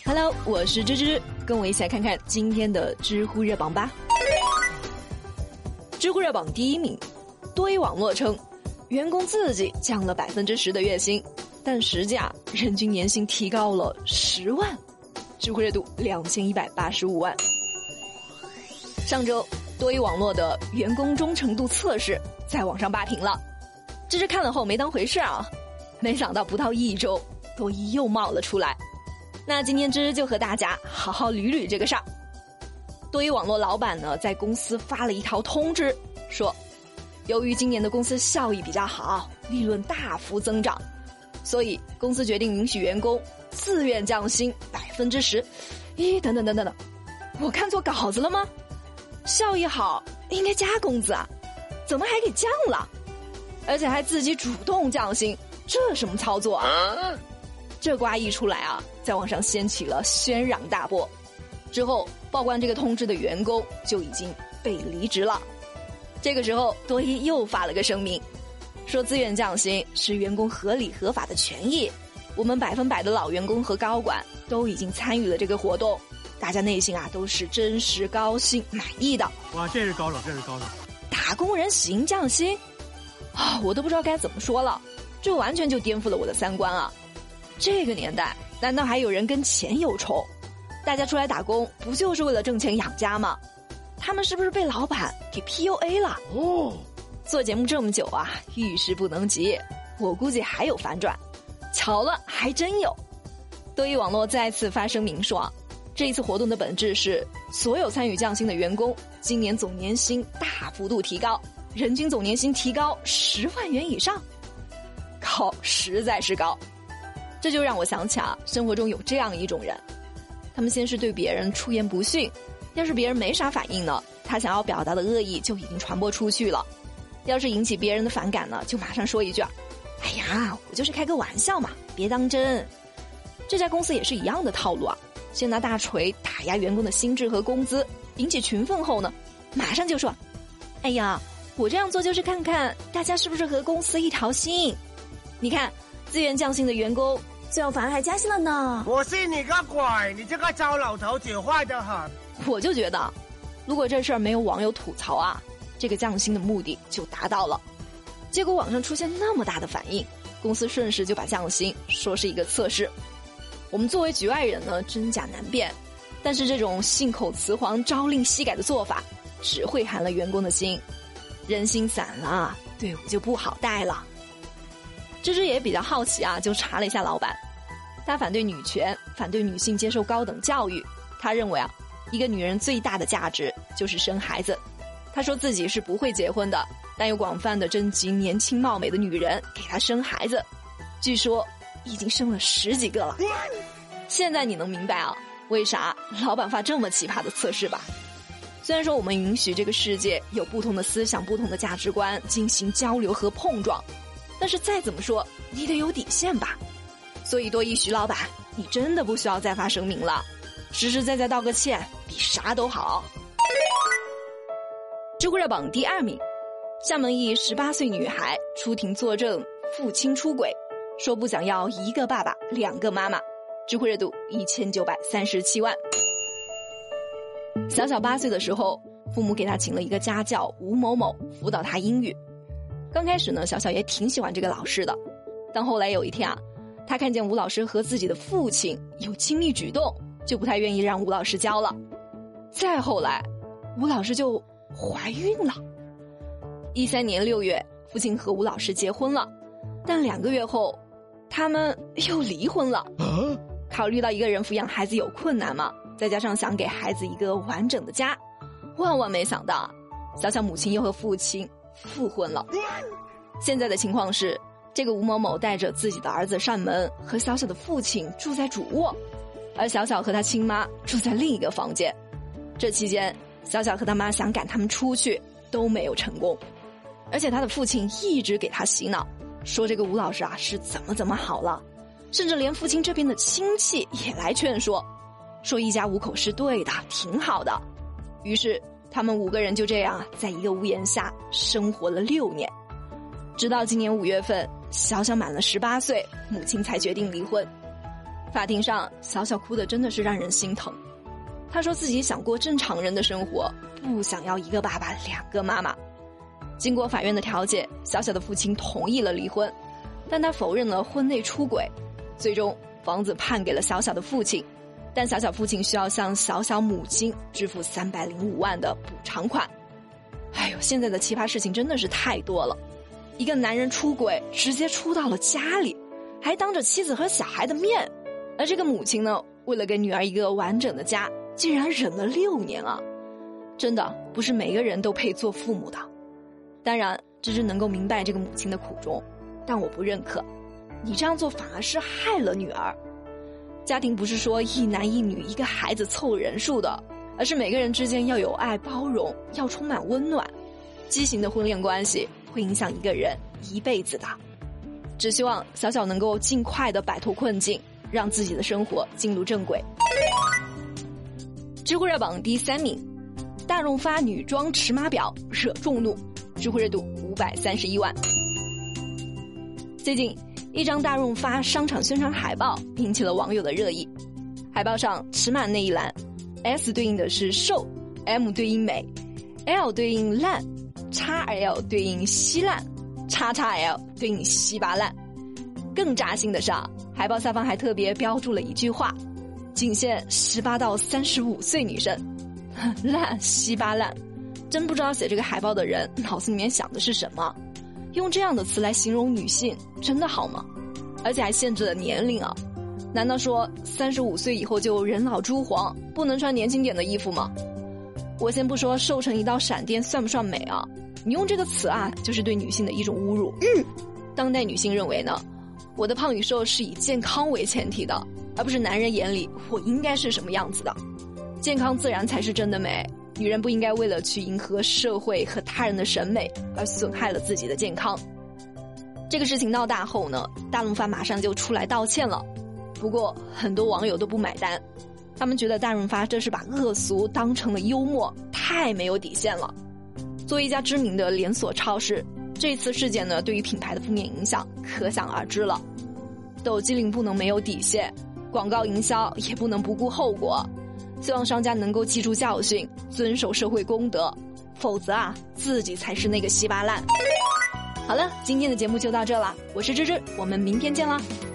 Hello， 我是芝芝，跟我一起来看看今天的知乎热榜吧。知乎热榜第一名，多益网络称，员工自己降了10%的月薪，但实际人均年薪提高了10万，知乎热度2185万。上周，多益网络的员工忠诚度测试在网上霸屏了，芝芝看了后没当回事啊，没想到不到1周，多益又冒了出来。那今天芝芝就和大家好好捋捋这个事儿。多益网络老板呢，在公司发了一条通知，说由于今年的公司效益比较好，利润大幅增长，所以公司决定允许员工自愿降薪10%。等等，我看错稿子了吗？效益好应该加工资啊，怎么还给降了？而且还自己主动降薪，这什么操作啊？这瓜一出来啊，在网上掀起了轩然大波。之后报关这个通知的员工就已经被离职了。这个时候多益又发了个声明，说自愿降薪是员工合理合法的权益，我们100%的老员工和高管都已经参与了这个活动，大家内心都是真实高兴满意的。 哇，这是高手。 打工人行降薪我都不知道该怎么说了，这完全就颠覆了我的三观啊。这个年代难道还有人跟钱有仇？大家出来打工不就是为了挣钱养家吗？他们是不是被老板给 PUA 了？做节目这么久遇事不能急，我估计还有反转。巧了，还真有。多益网络再次发声明说，这一次活动的本质是所有参与降薪的员工今年总年薪大幅度提高，人均总年薪提高10万元以上。高，实在是高。这就让我想起生活中有这样一种人，他们先是对别人出言不逊，要是别人没啥反应呢，他想要表达的恶意就已经传播出去了。要是引起别人的反感呢，就马上说一句哎呀，我就是开个玩笑嘛，别当真。这家公司也是一样的套路先拿大锤打压员工的薪资和工资，引起群愤后呢，马上就说哎呀，我这样做就是看看大家是不是和公司一条心，你看自愿降薪的员工最后反而还加薪了呢。 我信你个鬼，你这个糟老头子坏得很。 我就觉得如果这事儿没有网友吐槽这个降薪的目的就达到了。结果网上出现那么大的反应，公司顺势就把降薪说是一个测试。我们作为局外人呢，真假难辨，但是这种信口雌黄朝令夕改的做法只会寒了员工的心，人心散了，队伍就不好带了。芝芝也比较好奇就查了一下老板，他反对女权，反对女性接受高等教育。他认为一个女人最大的价值就是生孩子。他说自己是不会结婚的，但有广泛的征集年轻貌美的女人给他生孩子，据说已经生了10几个了。现在你能明白为啥老板发这么奇葩的测试吧？虽然说我们允许这个世界有不同的思想、不同的价值观进行交流和碰撞，但是再怎么说你得有底线吧。所以多益徐老板，你真的不需要再发声明了，实实在在道个歉比啥都好。知乎热榜第2名，厦门一18岁女孩出庭作证父亲出轨，说不想要1个爸爸2个妈妈，知乎热度1937万。小小8岁的时候，父母给她请了一个家教吴某某辅导她英语。刚开始呢，小小也挺喜欢这个老师的，但后来有一天她看见吴老师和自己的父亲有亲密举动，就不太愿意让吴老师教了。再后来，吴老师就怀孕了。13年6月，父亲和吴老师结婚了，但2个月后，他们又离婚了。考虑到一个人抚养孩子有困难嘛，再加上想给孩子一个完整的家，万万没想到，小小母亲又和父亲复婚了。现在的情况是，这个吴某某带着自己的儿子上门，和小小的父亲住在主卧，而小小和他亲妈住在另一个房间。这期间，小小和他妈想赶他们出去都没有成功，而且他的父亲一直给他洗脑，说这个吴老师是怎么好了，甚至连父亲这边的亲戚也来劝说，说一家5口是对的，挺好的。于是他们5个人就这样在一个屋檐下生活了6年，直到今年5月份，小小满了18岁，母亲才决定离婚。 法庭上，小小哭的真的是让人心疼。他说自己想过正常人的生活，不想要一个爸爸两个妈妈。经过法院的调解，小小的父亲同意了离婚，但他否认了婚内出轨。最终房子判给了小小的父亲，但小小父亲需要向小小母亲支付305万的补偿款。哎呦，现在的奇葩事情真的是太多了。一个男人出轨，直接出到了家里，还当着妻子和小孩的面。而这个母亲呢，为了给女儿一个完整的家，竟然忍了6年啊！真的不是每个人都配做父母的。当然，芝芝能够明白这个母亲的苦衷，但我不认可。你这样做反而是害了女儿。家庭不是说一男一女一个孩子凑人数的，而是每个人之间要有爱包容，要充满温暖。畸形的婚恋关系会影响一个人一辈子的。只希望小小能够尽快的摆脱困境，让自己的生活进入正轨。知乎热榜第3名，大润发女装尺码表惹众怒，知乎热度531万。最近一张大润发商场宣传海报引起了网友的热议。海报上尺码那一栏 S 对应的是瘦， M 对应美， L 对应烂， XL 对应稀烂， XXL 对应稀巴烂。更扎心的是海报下方还特别标注了一句话，仅限18到35岁女生。烂稀巴烂，真不知道写这个海报的人脑子里面想的是什么。用这样的词来形容女性真的好吗？而且还限制了年龄啊！难道说35岁以后就人老珠黄，不能穿年轻点的衣服吗？我先不说瘦成一道闪电算不算美啊，你用这个词就是对女性的一种侮辱。当代女性认为呢，我的胖与瘦是以健康为前提的，而不是男人眼里我应该是什么样子的。健康自然才是真的美，女人不应该为了去迎合社会和他人的审美而损害了自己的健康。这个事情闹大后呢，大润发马上就出来道歉了。不过很多网友都不买单，他们觉得大润发这是把恶俗当成了幽默，太没有底线了。作为一家知名的连锁超市，这次事件呢，对于品牌的负面影响可想而知了。抖机灵不能没有底线，广告营销也不能不顾后果。希望商家能够记住教训，遵守社会公德，否则自己才是那个稀巴烂。好了，今天的节目就到这了，我是芝芝，我们明天见啦。